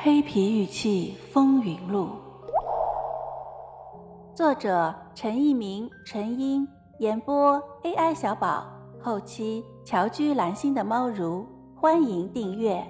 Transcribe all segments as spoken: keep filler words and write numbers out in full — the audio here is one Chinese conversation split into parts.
黑皮玉器风云录，作者陈一鸣、陈英，演播 A I 小宝，后期乔居蓝心的猫如，欢迎订阅。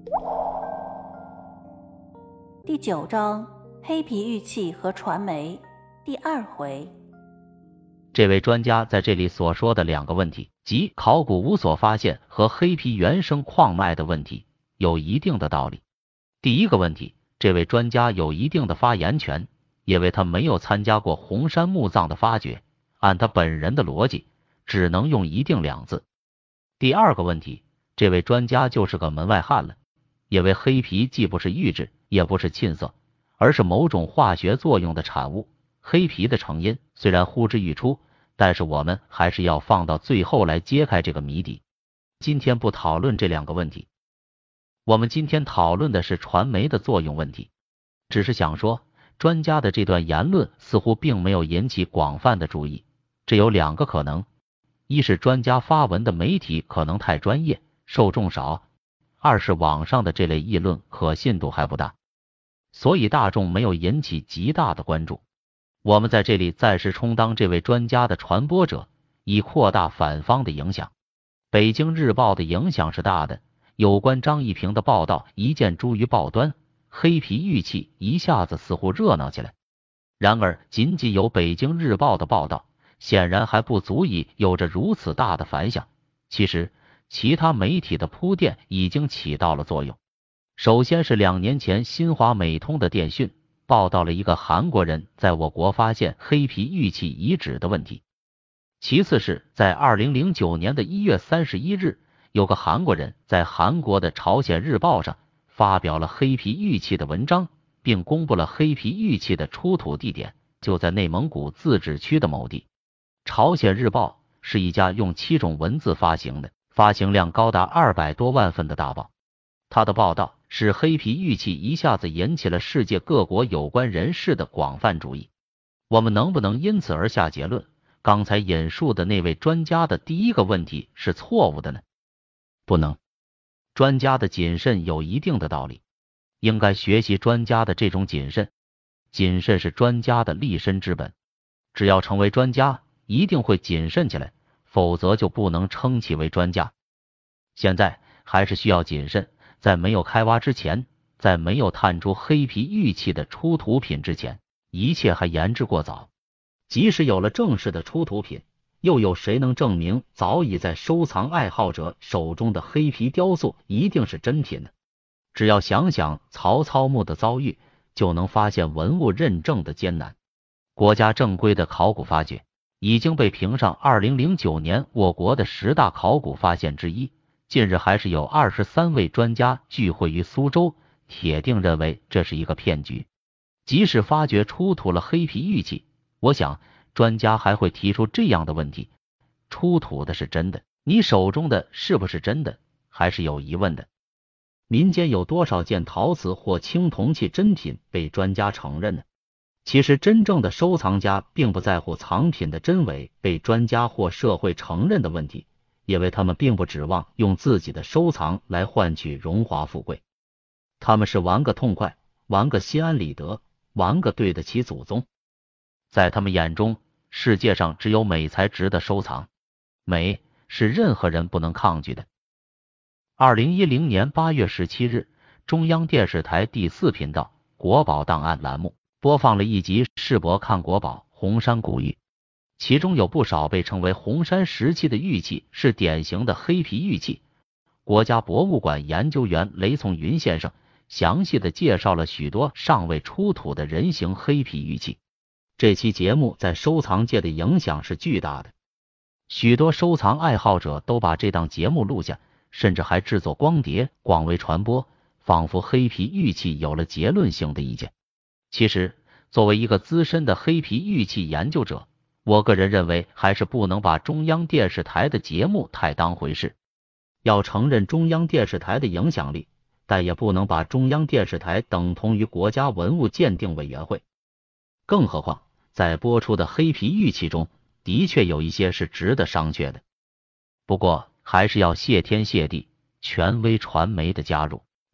第九章，黑皮玉器和传媒，第二回。 这位专家在这里所说的两个问题，即考古无所发现和黑皮原生矿脉的问题，有一定的道理。第一个问题，这位专家有一定的发言权，因为他没有参加过红山墓葬的发掘，按他本人的逻辑，只能用一定两字。第二个问题，这位专家就是个门外汉了，因为黑皮既不是玉质，也不是沁色，而是某种化学作用的产物。黑皮的成因虽然呼之欲出，但是我们还是要放到最后来揭开这个谜底。今天不讨论这两个问题，我们今天讨论的是传媒的作用问题。只是想说，专家的这段言论似乎并没有引起广泛的注意，这有两个可能：一是专家发文的媒体可能太专业，受众少；二是网上的这类议论可信度还不大，所以大众没有引起极大的关注。我们在这里暂时充当这位专家的传播者，以扩大反方的影响。北京日报的影响是大的，有关张一平的报道一见诸于报端，黑皮玉器一下子似乎热闹起来。然而仅仅有北京日报的报道，显然还不足以有着如此大的反响。其实其他媒体的铺垫已经起到了作用。首先是两年前新华美通的电讯报道了一个韩国人在我国发现黑皮玉器遗址的问题。其次是在二零零九年的一月三十一日，有个韩国人在韩国的朝鲜日报上发表了黑皮玉器的文章，并公布了黑皮玉器的出土地点，就在内蒙古自治区的某地。朝鲜日报是一家用七种文字发行的，发行量高达二百多万份的大报。他的报道使黑皮玉器一下子引起了世界各国有关人士的广泛注意。我们能不能因此而下结论，刚才引述的那位专家的第一个问题是错误的呢？不能。专家的谨慎有一定的道理，应该学习专家的这种谨慎。谨慎是专家的立身之本，只要成为专家，一定会谨慎起来，否则就不能称其为专家。现在还是需要谨慎，在没有开挖之前，在没有探出黑皮玉器的出土品之前，一切还言之过早。即使有了正式的出土品，又有谁能证明早已在收藏爱好者手中的黑皮雕塑一定是真品呢？只要想想曹操墓的遭遇，就能发现文物认证的艰难。国家正规的考古发掘已经被评上二零零九年我国的十大考古发现之一。近日还是有二十三位专家聚会于苏州，铁定认为这是一个骗局。即使发掘出土了黑皮玉器，我想专家还会提出这样的问题：出土的是真的，你手中的是不是真的，还是有疑问的。民间有多少件陶瓷或青铜器真品被专家承认呢？其实真正的收藏家并不在乎藏品的真伪被专家或社会承认的问题，因为他们并不指望用自己的收藏来换取荣华富贵，他们是玩个痛快，玩个心安理得，玩个对得起祖宗。在他们眼中，世界上只有美才值得收藏，美是任何人不能抗拒的。二零一零年八月十七日，中央电视台第四频道国宝档案栏目播放了一集世博看国宝红山古玉，其中有不少被称为红山时期的玉器是典型的黑皮玉器。国家博物馆研究员雷从云先生详细的介绍了许多尚未出土的人形黑皮玉器。这期节目在收藏界的影响是巨大的，许多收藏爱好者都把这档节目录下，甚至还制作光碟广为传播，仿佛黑皮玉器有了结论性的意见。其实作为一个资深的黑皮玉器研究者，我个人认为还是不能把中央电视台的节目太当回事。要承认中央电视台的影响力，但也不能把中央电视台等同于国家文物鉴定委员会。更何况在播出的黑皮玉器中，的确有一些是值得商榷的。不过还是要谢天谢地，权威传媒的加入，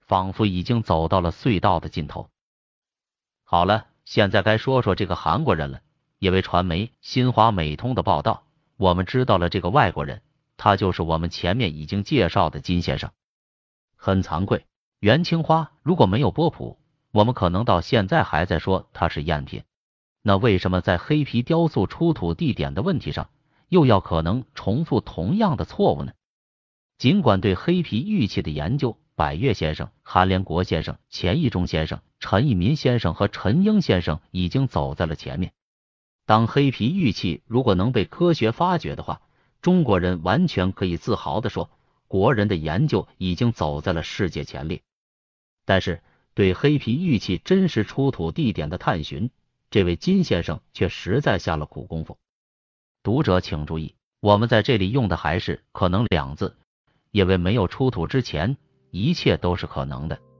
仿佛已经走到了隧道的尽头。好了，现在该说说这个韩国人了。因为传媒新华美通的报道，我们知道了这个外国人，他就是我们前面已经介绍的金先生。很惭愧，袁青花如果没有波普，我们可能到现在还在说它是赝品。那为什么在黑皮雕塑出土地点的问题上，又要可能重复同样的错误呢？尽管对黑皮玉器的研究，百越先生、韩连国先生、钱义忠先生、陈义民先生和陈英先生已经走在了前面。当黑皮玉器如果能被科学发掘的话，中国人完全可以自豪地说，国人的研究已经走在了世界前列。但是，对黑皮玉器真实出土地点的探寻，这位金先生却实在下了苦功夫。读者请注意，我们在这里用的还是“可能”两字，因为没有出土之前，一切都是可能的。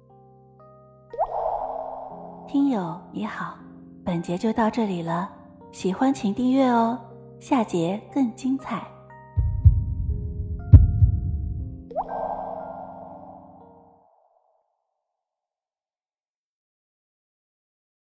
听友你好，本节就到这里了，喜欢请订阅哦，下节更精彩。